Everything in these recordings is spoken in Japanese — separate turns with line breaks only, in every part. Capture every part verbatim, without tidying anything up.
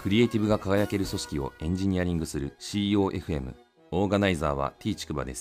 クリエイティブが輝ける組織をエンジニアリングする シーイーオーエフエム。 オーガナイザーは T ちくばです。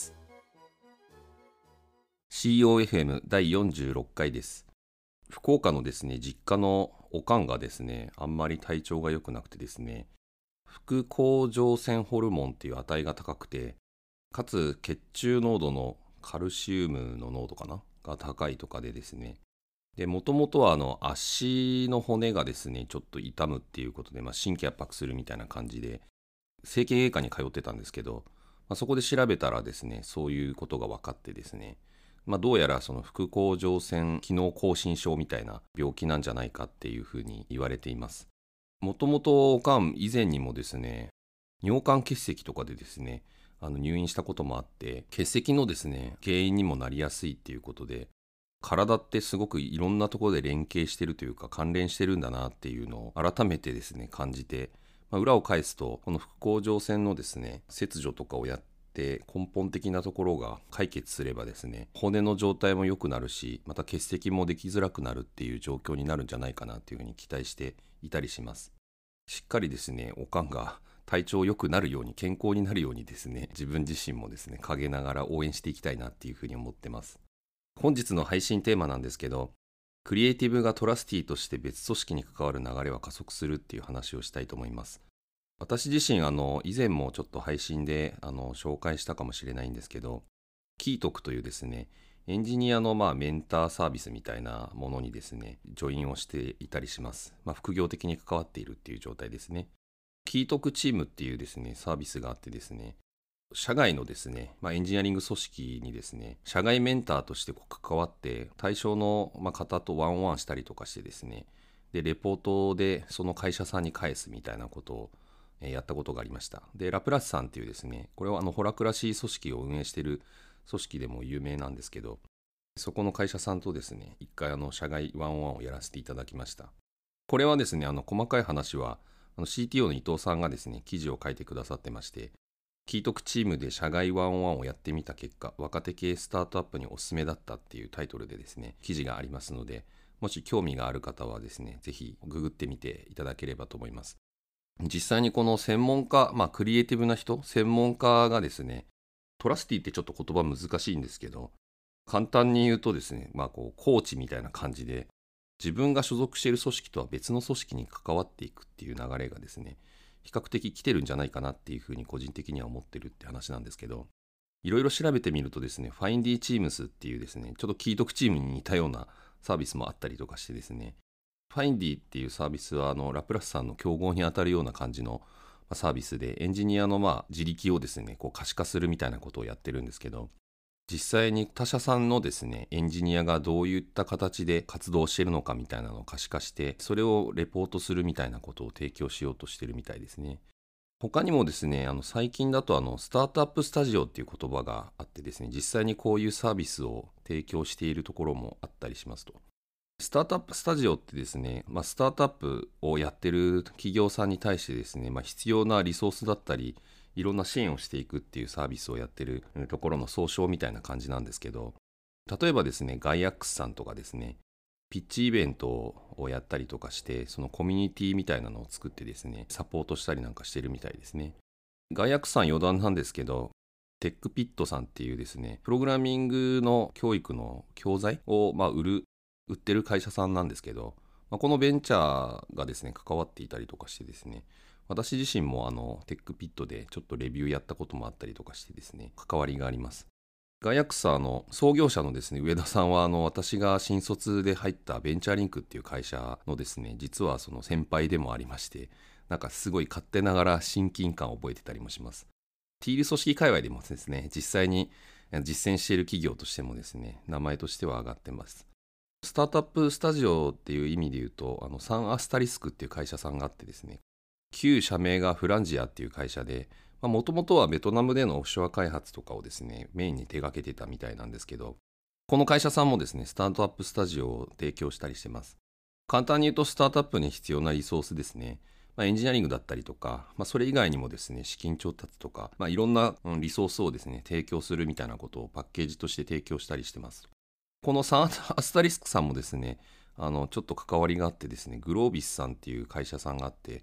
シーイーオーエフエム だいよんじゅうろっかいです。福岡のですね実家のおかんがですねあんまり体調が良くなくてですね、副甲状腺ホルモンっていう値が高くて、かつ血中濃度のカルシウムの濃度かなが高いとかでですね、でもともとはあの足の骨がですねちょっと痛むっていうことで、まあ、神経圧迫するみたいな感じで整形外科に通ってたんですけど、まあ、そこで調べたらですねそういうことが分かってですね、まあ、どうやらその副甲状腺機能亢進症みたいな病気なんじゃないかっていうふうに言われています。もともとおかん以前にもですね尿管結石とかでですねあの入院したこともあって、結石のですね原因にもなりやすいっていうことで、体ってすごくいろんなところで連携してるというか関連してるんだなっていうのを改めてですね感じて、まあ、裏を返すとこの副甲状腺のですね切除とかをやって根本的なところが解決すればですね骨の状態も良くなるし、また結石もできづらくなるっていう状況になるんじゃないかなっていうふうに期待していたりします。しっかりですねおかんが体調良くなるように健康になるようにですね自分自身もですね陰ながら応援していきたいなっていうふうに思ってます。本日の配信テーマなんですけど、クリエイティブがトラスティとして別組織に関わる流れは加速するっていう話をしたいと思います。私自身あの以前もちょっと配信であの紹介したかもしれないんですけど、キートクというですねエンジニアのまあメンターサービスみたいなものにですねジョインをしていたりします。まあ、副業的に関わっているっていう状態ですね。キートクチームっていうですねサービスがあってですね、社外のですね、まあ、エンジニアリング組織にですね社外メンターとしてこう関わって対象のまあ方とワンオンワンしたりとかしてですね、でレポートでその会社さんに返すみたいなことをえーやったことがありました。でラプラスさんっていうですね、これはあのホラクラシー組織を運営している組織でも有名なんですけど、そこの会社さんとですね一回あの社外ワンオンワンをやらせていただきました。これはですねあの細かい話はあの シーティーオー の伊藤さんがですね記事を書いてくださってまして、キートクチームで社外ワンオンワンをやってみた結果、若手系スタートアップにおすすめだったっていうタイトルでですね記事がありますので、もし興味がある方はですねぜひググってみていただければと思います。実際にこの専門家、まあクリエイティブな人、専門家がですね、トラスティってちょっと言葉難しいんですけど、簡単に言うとですね、まあこうコーチみたいな感じで、自分が所属している組織とは別の組織に関わっていくっていう流れがですね、比較的来てるんじゃないかなっていうふうに個人的には思ってるって話なんですけど、いろいろ調べてみるとですね、ファインディチームスっていうですね、ちょっとキートクチームに似たようなサービスもあったりとかしてですね、ファインディっていうサービスはあのラプラスさんの競合にあたるような感じのサービスで、エンジニアのまあ自力をですねこう可視化するみたいなことをやってるんですけど、実際に他社さんのですねエンジニアがどういった形で活動しているのかみたいなのを可視化して、それをレポートするみたいなことを提供しようとしてるみたいですね。他にもですねあの最近だとあのスタートアップスタジオっていう言葉があってですね、実際にこういうサービスを提供しているところもあったりしますと。スタートアップスタジオってですね、まあ、スタートアップをやってる企業さんに対してですね、まあ、必要なリソースだったりいろんな支援をしていくっていうサービスをやってるところの総称みたいな感じなんですけど、例えばですねガイアックスさんとかですねピッチイベントをやったりとかして、そのコミュニティみたいなのを作ってですねサポートしたりなんかしてるみたいですね。ガイアックスさん余談なんですけど、テックピットさんっていうですねプログラミングの教育の教材をまあ売る売ってる会社さんなんですけど、まあ、このベンチャーがですね関わっていたりとかしてですね、私自身もあのテックピットでちょっとレビューやったこともあったりとかしてですね関わりがあります。ガイアックスの創業者のですね上田さんはあの私が新卒で入ったベンチャーリンクっていう会社のですね実はその先輩でもありまして、なんかすごい勝手ながら親近感を覚えてたりもします。ティール組織界隈でもですね実際に実践している企業としてもですね名前としては上がってます。スタートアップスタジオっていう意味で言うと、あのサンアスタリスクっていう会社さんがあってですね、旧社名がフランジアっていう会社で、もともとはベトナムでのオフショア開発とかをですねメインに手掛けてたみたいなんですけど、この会社さんもですねスタートアップスタジオを提供したりしてます。簡単に言うとスタートアップに必要なリソースですね、まあ、エンジニアリングだったりとか、まあ、それ以外にもですね資金調達とか、まあ、いろんなうんリソースをですね提供するみたいなことをパッケージとして提供したりしてます。このサンアスタリスクさんもですねあのちょっと関わりがあってですね、グロービスさんっていう会社さんがあって、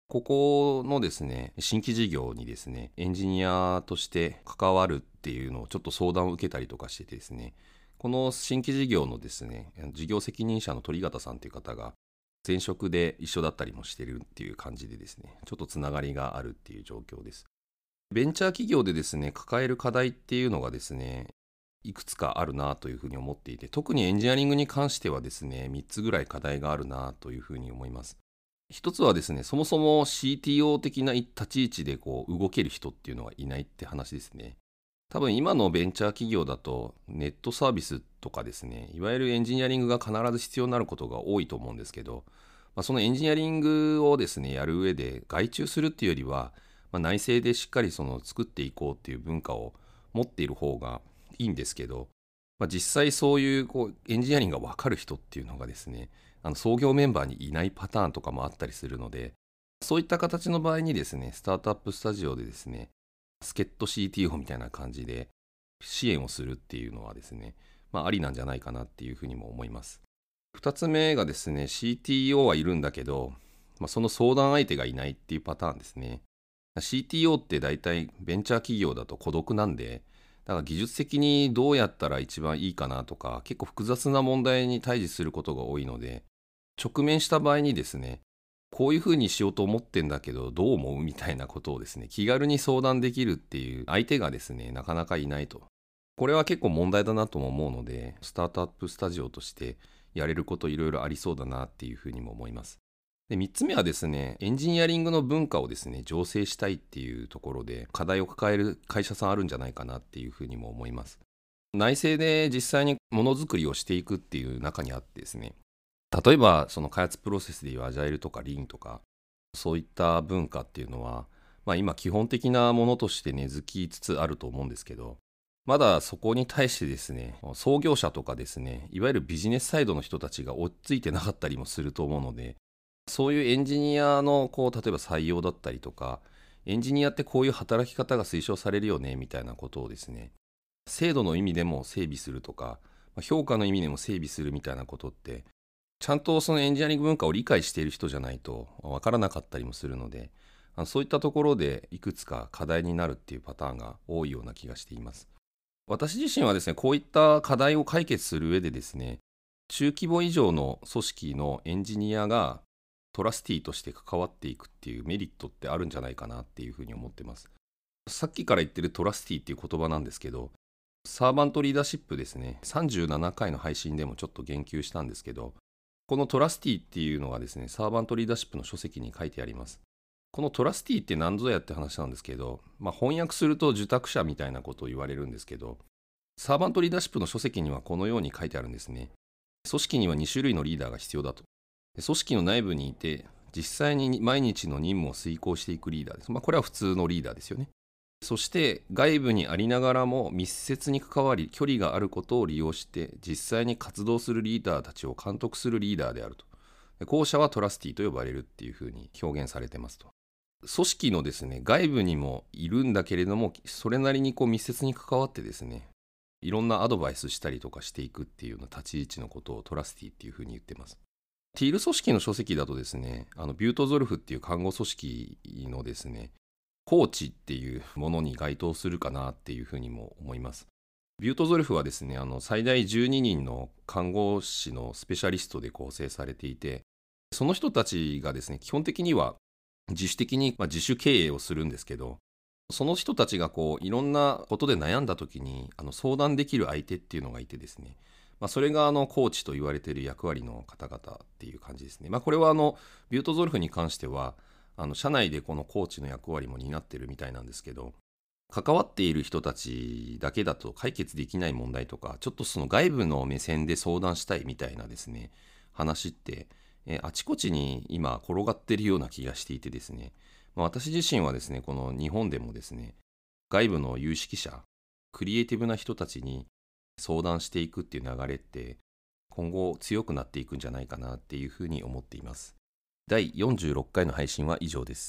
ここのですね、新規事業にですね、エンジニアとして関わるっていうのをちょっと相談を受けたりとかしててですね、この新規事業のですね、事業責任者の鳥形さんという方が前職で一緒だったりもしてるっていう感じでですね、ちょっとつながりがあるっていう状況です。ベンチャー企業でですね、抱える課題っていうのがですね、いくつかあるなというふうに思っていて、特にエンジニアリングに関してはですね、みっつぐらい課題があるなというふうに思います。一つはですね、そもそも シーティーオー 的な立ち位置でこう動ける人っていうのがいないって話ですね。多分今のベンチャー企業だとネットサービスとかですね、いわゆるエンジニアリングが必ず必要になることが多いと思うんですけど、まあ、そのエンジニアリングをですね、やる上で外注するっていうよりは、まあ、内政でしっかりその作っていこうっていう文化を持っている方がいいんですけど、まあ、実際そういうこうエンジニアリングが分かる人っていうのがですね、あの創業メンバーにいないパターンとかもあったりするので、そういった形の場合にですね、スタートアップスタジオでですね、助っ人 シーティーオー みたいな感じで支援をするっていうのはですね、まあ、ありなんじゃないかなっていうふうにも思います。ふたつめがですね、シーティーオー はいるんだけど、まあ、その相談相手がいないっていうパターンですね。シーティーオー って大体ベンチャー企業だと孤独なんで、だから技術的にどうやったら一番いいかなとか、結構複雑な問題に対峙することが多いので、直面した場合にですね、こういうふうにしようと思ってんだけど、どう思うみたいなことをですね、気軽に相談できるっていう相手がですね、なかなかいないと。これは結構問題だなとも思うので、スタートアップスタジオとしてやれることいろいろありそうだなっていうふうにも思います。で、みっつめはですね、エンジニアリングの文化をですね、醸成したいっていうところで、課題を抱える会社さんあるんじゃないかなっていうふうにも思います。内政で実際にものづくりをしていくっていう中にあってですね、例えばその開発プロセスでいうアジャイルとかリーンとか、そういった文化っていうのは、まあ、今基本的なものとして根付きつつあると思うんですけど、まだそこに対してですね、創業者とかですね、いわゆるビジネスサイドの人たちが追いついてなかったりもすると思うので、そういうエンジニアのこう例えば採用だったりとか、エンジニアってこういう働き方が推奨されるよねみたいなことをですね、制度の意味でも整備するとか、評価の意味でも整備するみたいなことって、ちゃんとそのエンジニアリング文化を理解している人じゃないとわからなかったりもするので、あのそういったところでいくつか課題になるっていうパターンが多いような気がしています。私自身はですね、こういった課題を解決する上でですね、中規模以上の組織のエンジニアがトラスティとして関わっていくっていうメリットってあるんじゃないかなっていうふうに思ってます。さっきから言ってるトラスティっていう言葉なんですけど、サーバントリーダーシップですね、さんじゅうななかいの配信でもちょっと言及したんですけど、このトラスティっていうのがですね、サーバントリーダーシップの書籍に書いてあります。このトラスティって何ぞやって話なんですけど、まあ、翻訳すると受託者みたいなことを言われるんですけど、サーバントリーダーシップの書籍にはこのように書いてあるんですね。組織にはに種類のリーダーが必要だと。組織の内部にいて、実際に毎日の任務を遂行していくリーダーです。まあ、これは普通のリーダーですよね。そして外部にありながらも密接に関わり、距離があることを利用して実際に活動するリーダーたちを監督するリーダーであると。後者はトラスティと呼ばれるっていうふうに表現されてますと。組織のですね、外部にもいるんだけれども、それなりにこう密接に関わってですね、いろんなアドバイスしたりとかしていくっていうような立ち位置のことをトラスティっていうふうに言ってます。ティール組織の書籍だとですね、あのビュートゾルフっていう看護組織のですね、コーチっていうものに該当するかなっていうふうにも思います。ビュートゾルフはですね、あの最大じゅうににんの看護師のスペシャリストで構成されていて、その人たちがですね、基本的には自主的に、まあ、自主経営をするんですけど、その人たちがこういろんなことで悩んだ時にあの相談できる相手っていうのがいてですね、まあ、それがあのコーチと言われている役割の方々っていう感じですね。まあ、これはあのビュートゾルフに関してはあの社内でこのコーチの役割も担ってるみたいなんですけど、関わっている人たちだけだと解決できない問題とか、ちょっとその外部の目線で相談したいみたいなですね、話ってえあちこちに今転がっているような気がしていてですね、まあ、私自身はですね、この日本でもですね、外部の有識者、クリエイティブな人たちに相談していくっていう流れって今後強くなっていくんじゃないかなっていうふうに思っています。だいよんじゅうろっかいの配信は以上です。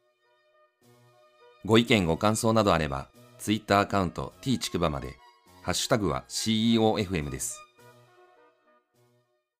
ご意見ご感想などあれば、Twitter アカウント T ちくばまで、ハッシュタグは シーイーオーエフエム です。